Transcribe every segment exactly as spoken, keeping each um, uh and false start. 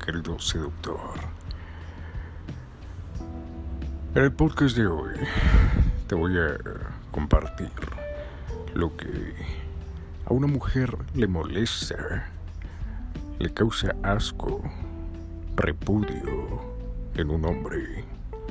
querido seductor. En el podcast de hoy te voy a compartir lo que a una mujer le molesta, le causa asco, repudio en un hombre.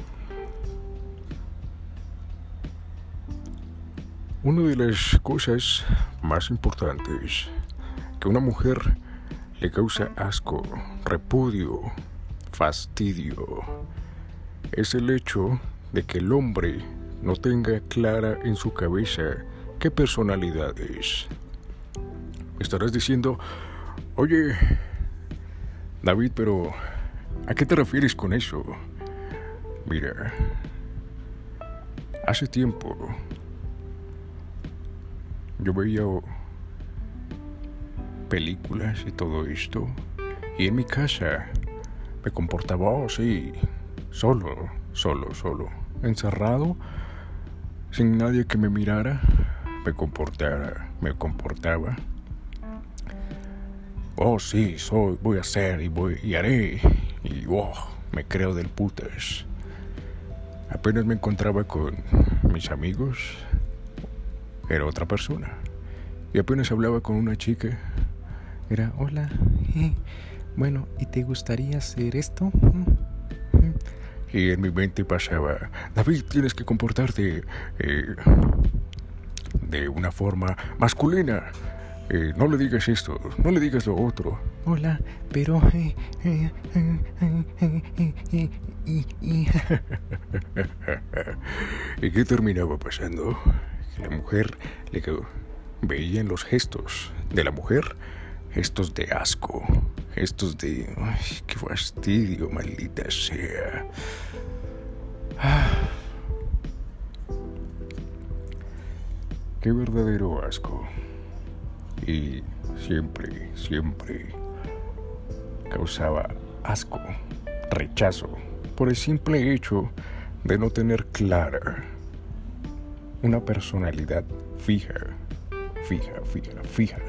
Una de las cosas más importantes que a una mujer le causa asco, repudio, fastidio, es el hecho de que el hombre no tenga clara en su cabeza qué personalidad es. Me estarás diciendo, oye, David, pero ¿a qué te refieres con eso? Mira, hace tiempo yo veía películas y todo esto, y en mi casa me comportaba así, solo, solo, solo, encerrado, sin nadie que me mirara, me comportara, me comportaba. Oh, sí, soy, voy a hacer y voy y haré, y oh, me creo del putas. Apenas me encontraba con mis amigos, era otra persona. Y apenas hablaba con una chica, era, hola, eh, bueno, ¿y te gustaría hacer esto? Y en mi mente pasaba, David, tienes que comportarte eh, de una forma masculina. Eh, no le digas esto, no le digas lo otro. Hola, pero... Eh, eh, eh, eh, eh, eh, eh, eh, eh. ¿Y qué terminaba pasando? La mujer le quedó. Veía en los gestos de la mujer gestos de asco, gestos de ay, qué fastidio, maldita sea. Ah. Qué verdadero asco. Y siempre, siempre causaba asco, rechazo, por el simple hecho de no tener clara una personalidad fija, fija, fija, fija.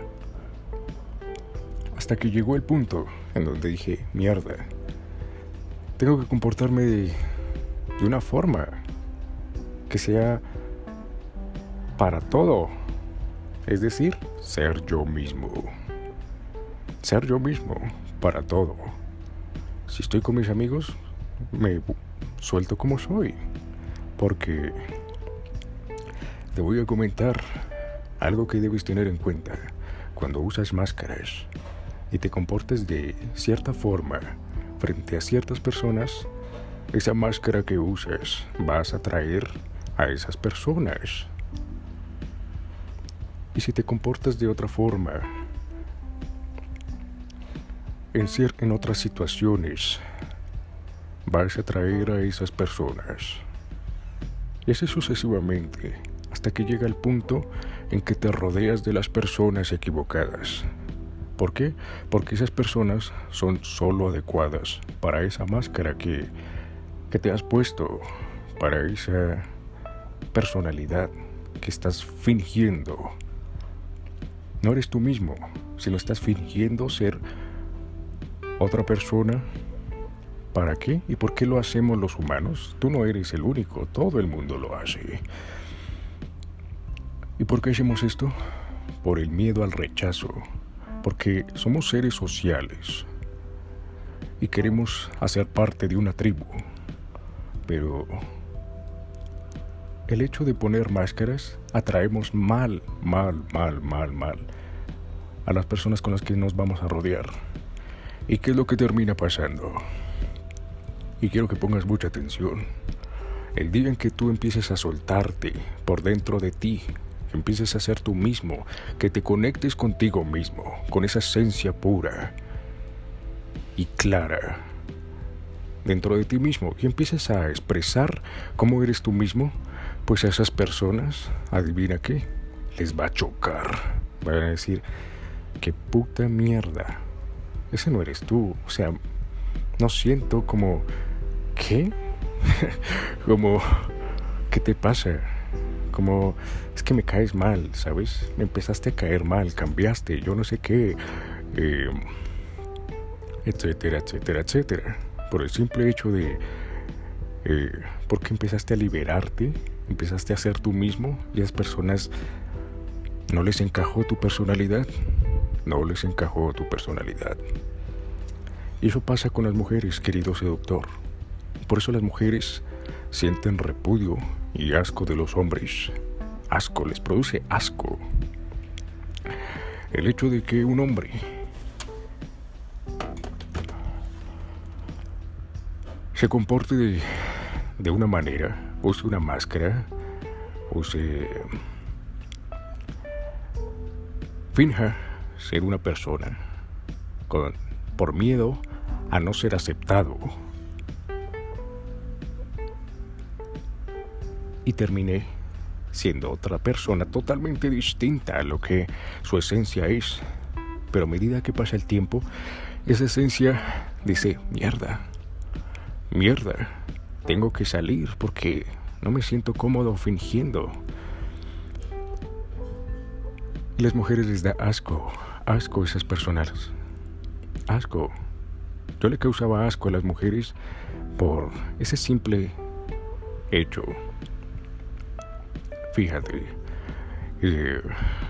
Hasta que llegó el punto en donde dije, mierda, tengo que comportarme de, de una forma que sea para todo. Es decir, ser yo mismo. Ser yo mismo para todo. Si estoy con mis amigos, me suelto como soy. Porque te voy a comentar algo que debes tener en cuenta cuando usas máscaras y te comportes de cierta forma frente a ciertas personas. Esa máscara que usas vas a atraer a esas personas. Y si te comportas de otra forma en, cier- en otras situaciones, vas a atraer a esas personas. Y así sucesivamente, hasta que llega el punto en que te rodeas de las personas equivocadas. ¿Por qué? Porque esas personas son solo adecuadas para esa máscara que, que te has puesto, para esa personalidad que estás fingiendo. No eres tú mismo, sino estás fingiendo ser otra persona. ¿Para qué? ¿Y por qué lo hacemos los humanos? Tú no eres el único, todo el mundo lo hace. ¿Y por qué hacemos esto? Por el miedo al rechazo, porque somos seres sociales y queremos hacer parte de una tribu. Pero el hecho de poner máscaras atraemos mal, mal, mal, mal, mal a las personas con las que nos vamos a rodear. ¿Y qué es lo que termina pasando? Y quiero que pongas mucha atención. El día en que tú empieces a soltarte por dentro de ti, que empieces a ser tú mismo, que te conectes contigo mismo, con esa esencia pura y clara dentro de ti mismo, y empieces a expresar cómo eres tú mismo, pues a esas personas, adivina qué, les va a chocar. Van a decir, qué puta mierda, ese no eres tú. O sea, no siento como, ¿qué? Como, ¿qué te pasa? Como, es que me caes mal, ¿sabes? Me empezaste a caer mal, cambiaste, yo no sé qué. Eh, etcétera, etcétera, etcétera. Por el simple hecho de... Eh, porque empezaste a liberarte, empezaste a ser tú mismo y a las personas no les encajó tu personalidad, no les encajó tu personalidad. Y eso pasa con las mujeres, querido seductor. Por eso las mujeres sienten repudio y asco de los hombres. Asco, les produce asco. El hecho de que un hombre se comporte de, de una manera, use una máscara, use... finja ser una persona con, por miedo a no ser aceptado. Y terminé siendo otra persona totalmente distinta a lo que su esencia es. Pero a medida que pasa el tiempo, esa esencia dice, mierda, mierda, tengo que salir porque no me siento cómodo fingiendo. Y las mujeres les da asco, asco a esas personas, asco. Yo le causaba asco a las mujeres por ese simple hecho. Fíjate, eh,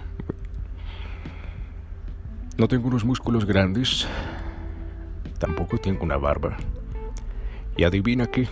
no tengo unos músculos grandes, tampoco tengo una barba. Y adivina qué,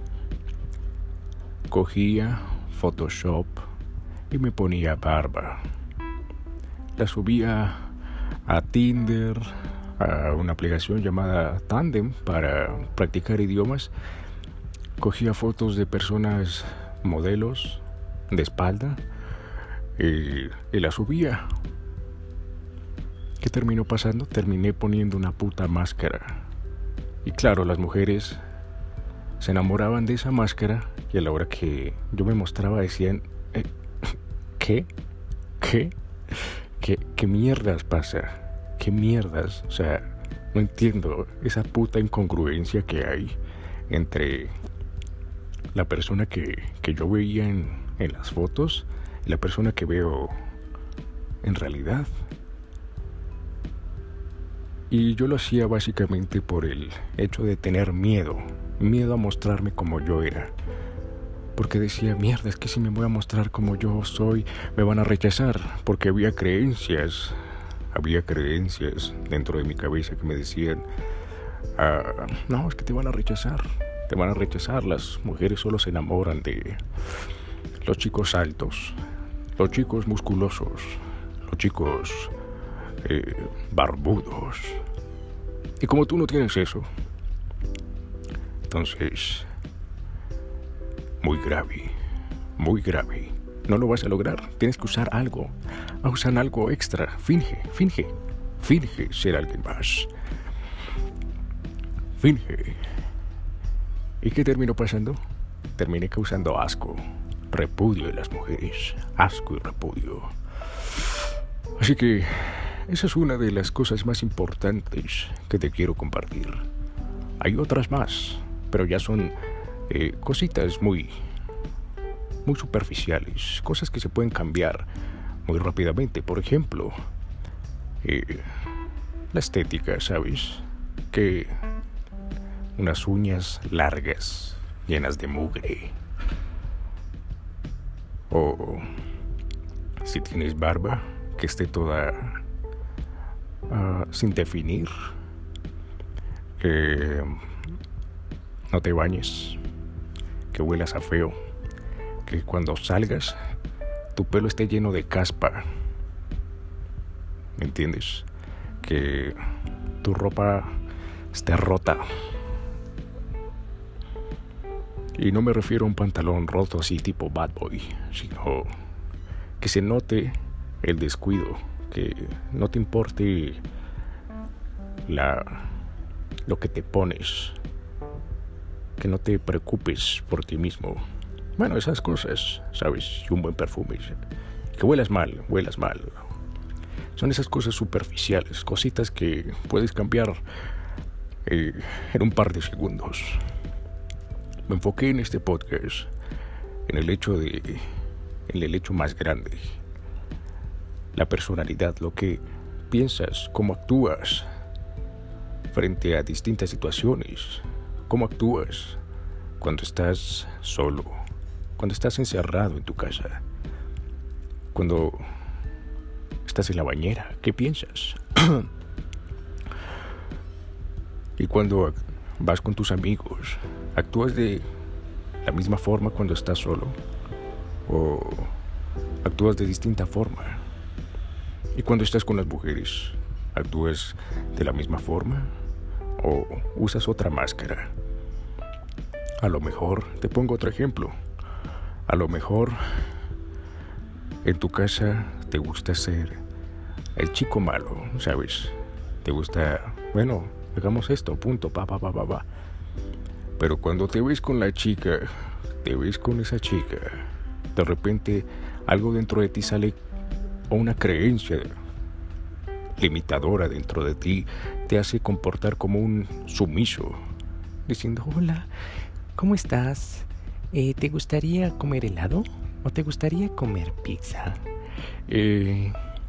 cogía Photoshop y me ponía barba. La subía a Tinder, a una aplicación llamada Tandem para practicar idiomas. Cogía fotos de personas, modelos, de espalda, y, y la subía. ¿Qué terminó pasando? Terminé poniendo una puta máscara. Y claro, las mujeres se enamoraban de esa máscara y a la hora que yo me mostraba decían, eh, ¿qué? ¿Qué? ¿Qué? ¿Qué mierdas pasa? ¿Qué mierdas? O sea, no entiendo esa puta incongruencia que hay entre la persona que, que yo veía en, en las fotos y la persona que veo en realidad. Y yo lo hacía básicamente por el hecho de tener miedo, miedo a mostrarme como yo era. Porque decía, mierda, es que si me voy a mostrar como yo soy, me van a rechazar. Porque había creencias, había creencias dentro de mi cabeza que me decían, ah, no, es que te van a rechazar, te van a rechazar. Las mujeres solo se enamoran de los chicos altos, los chicos musculosos, los chicos eh, barbudos. Y como tú no tienes eso, entonces, muy grave, muy grave. No lo vas a lograr. Tienes que usar algo. Usan algo extra. Finge, finge, finge ser alguien más. Finge. ¿Y qué terminó pasando? Terminé causando asco, repudio de las mujeres. Asco y repudio. Así que esa es una de las cosas más importantes que te quiero compartir. Hay otras más, pero ya son eh, cositas muy, muy superficiales, cosas que se pueden cambiar muy rápidamente. Por ejemplo, eh, la estética, ¿sabes? Que unas uñas largas, llenas de mugre. O si tienes barba, que esté toda uh, sin definir. Que no te bañes, que huelas a feo, que cuando salgas tu pelo esté lleno de caspa, ¿me entiendes? Que tu ropa esté rota. Y no me refiero a un pantalón roto así tipo bad boy, sino que se note el descuido, que no te importe la lo que te pones, que no te preocupes por ti mismo. Bueno, esas cosas, ¿sabes? Y un buen perfume. Que huelas mal, huelas mal. Son esas cosas superficiales, cositas que puedes cambiar eh, en un par de segundos. Me enfoqué en este podcast, en el hecho de, en el hecho más grande, la personalidad, lo que piensas, cómo actúas. frente a distintas situaciones. ¿Cómo actúas cuando estás solo? Cuando estás encerrado en tu casa. Cuando estás en la bañera, ¿qué piensas? Y cuando vas con tus amigos, ¿actúas de la misma forma cuando estás solo? ¿O actúas de distinta forma? Y cuando estás con las mujeres, ¿actúas de la misma forma? ¿O usas otra máscara? A lo mejor, te pongo otro ejemplo. A lo mejor en tu casa te gusta ser el chico malo, ¿sabes? Te gusta, bueno, hagamos esto, punto, pa, pa, pa, pa, pa. Pero cuando te ves con la chica, te ves con esa chica, de repente algo dentro de ti sale, o una creencia limitadora dentro de ti te hace comportar como un sumiso, diciendo, hola, ¿cómo estás? Eh, ¿te gustaría comer helado? ¿O te gustaría comer pizza? Eh,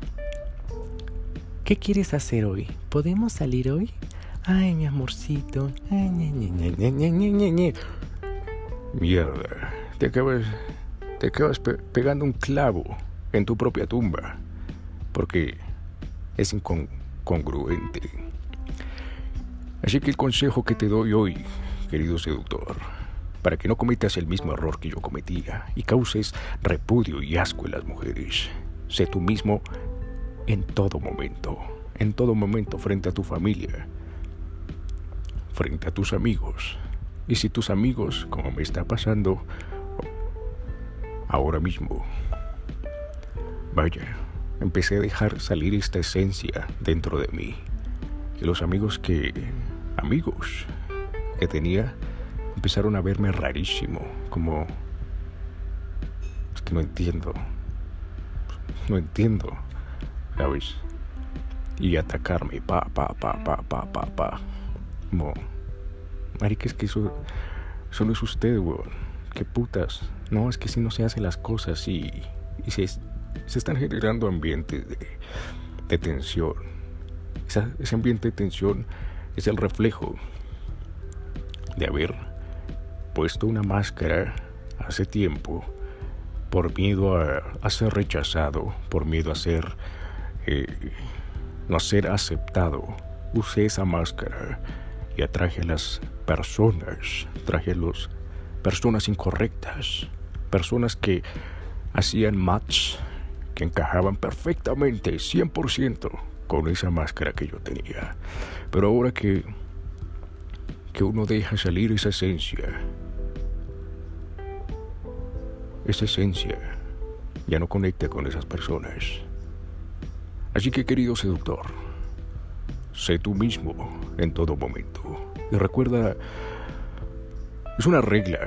¿Qué quieres hacer hoy? ¿Podemos salir hoy? Ay, mi amorcito. Ay, ñe, ñe, ñe, ñe, ñe, ñe, ñe. Mierda, te acabas, te acabas pe- pegando un clavo en tu propia tumba, porque es incongruente. Así que el consejo que te doy hoy, querido seductor, para que no cometas el mismo error que yo cometía y causes repudio y asco en las mujeres, sé tú mismo en todo momento, en todo momento frente a tu familia, frente a tus amigos. Y si tus amigos, como me está pasando ahora mismo, vaya, empecé a dejar salir esta esencia dentro de mí. Y los amigos que, amigos que tenía, empezaron a verme rarísimo, como, es que no entiendo, no entiendo, ¿sabes? Y atacarme, pa, pa, pa, pa, pa, pa, pa, como, marica, es que eso, eso no es usted, weón, qué putas, no, es que si no se hacen las cosas y, y se, se están generando ambientes de, de tensión. Esa, ese ambiente de tensión es el reflejo de haber puesto una máscara hace tiempo por miedo a, a ser rechazado, por miedo a ser eh, no a ser aceptado. Usé esa máscara y atraje a las personas, traje a las personas incorrectas, personas que hacían match, que encajaban perfectamente, cien por ciento con esa máscara que yo tenía. Pero ahora que que uno deja salir esa esencia, esa esencia ya no conecta con esas personas. Así que, querido seductor, sé tú mismo en todo momento. Y recuerda, es una regla,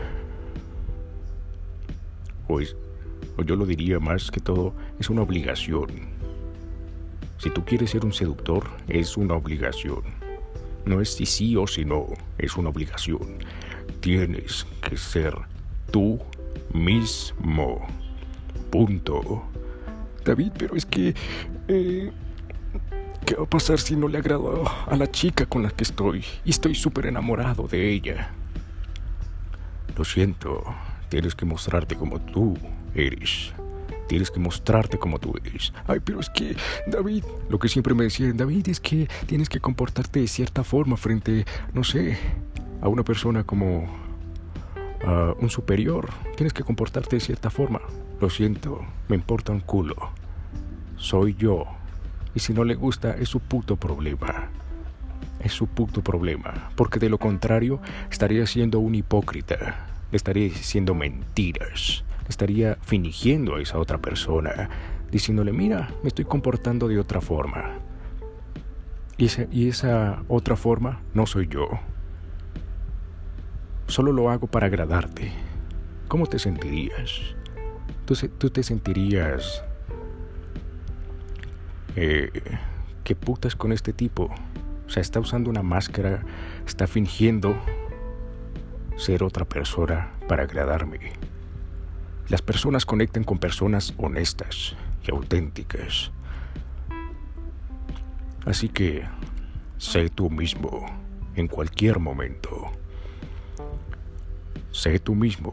o, es, o yo lo diría más que todo, es una obligación. Si tú quieres ser un seductor, es una obligación. No es si sí o si no, es una obligación. Tienes que ser tú mismo. Punto. David, pero es que... Eh, ¿qué va a pasar si no le agrado a la chica con la que estoy? Y estoy súper enamorado de ella. Lo siento, tienes que mostrarte como tú eres. Tienes que mostrarte como tú eres. Ay, pero es que, David, lo que siempre me decían, David, es que tienes que comportarte de cierta forma frente, no sé, a una persona como uh, un superior. Tienes que comportarte de cierta forma. Lo siento, me importa un culo. Soy yo. Y si no le gusta, es su puto problema. Es su puto problema. Porque de lo contrario, estaría siendo un hipócrita. Le estaría diciendo mentiras. Estaría fingiendo a esa otra persona, diciéndole, mira, me estoy comportando de otra forma. Y esa, y esa otra forma no soy yo. Solo lo hago para agradarte. ¿Cómo te sentirías? ¿Tú, tú te sentirías... Eh, ¿qué putas con este tipo? O sea, está usando una máscara, está fingiendo ser otra persona para agradarme. Las personas conectan con personas honestas y auténticas. Así que Sé tú mismo en cualquier momento. Sé tú mismo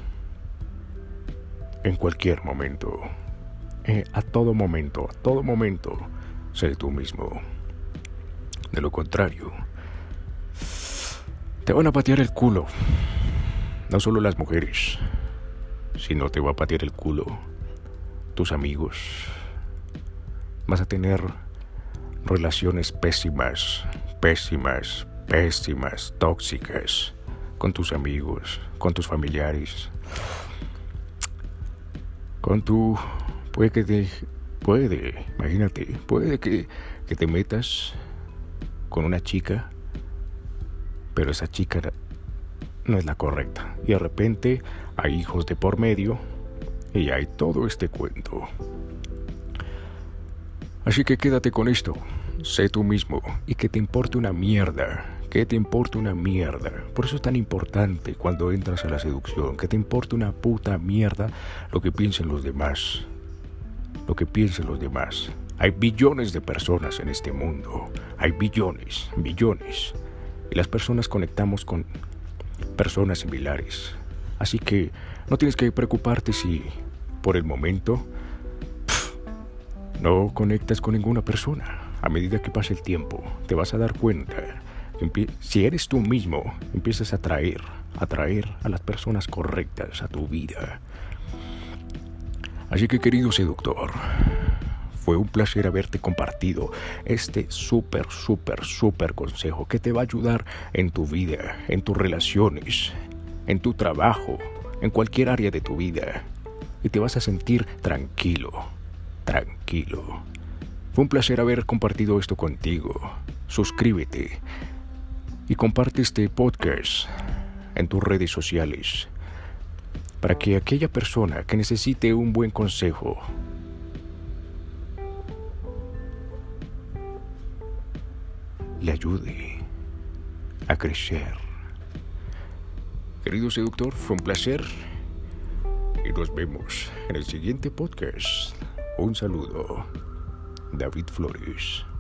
en cualquier momento. Eh, a todo momento, a todo momento, sé tú mismo. De lo contrario, te van a patear el culo. No solo las mujeres, sino te va a patear el culo tus amigos. Vas a tener relaciones pésimas, pésimas, pésimas, tóxicas con tus amigos, con tus familiares, con tu... Puede que te... Puede, imagínate, puede que, que te metas con una chica, pero esa chica no es la correcta. Y de repente hay hijos de por medio y hay todo este cuento. Así que quédate con esto. Sé tú mismo y que te importe una mierda. Que te importe una mierda. Por eso es tan importante cuando entras a la seducción. Que te importe una puta mierda lo que piensen los demás. Lo que piensen los demás. Hay billones de personas en este mundo. Hay billones, billones. Y las personas conectamos con personas similares. Así que no tienes que preocuparte si por el momento pff, no conectas con ninguna persona. A medida que pase el tiempo, te vas a dar cuenta. Empie- si eres tú mismo, empiezas a atraer, atraer a las personas correctas a tu vida. Así que, querido seductor, fue un placer haberte compartido este súper, súper, súper consejo que te va a ayudar en tu vida, en tus relaciones, en tu trabajo, en cualquier área de tu vida. Y te vas a sentir tranquilo, tranquilo. Fue un placer haber compartido esto contigo. Suscríbete y comparte este podcast en tus redes sociales para que aquella persona que necesite un buen consejo le ayude a crecer. Querido seductor, fue un placer y nos vemos en el siguiente podcast. Un saludo, David Flores.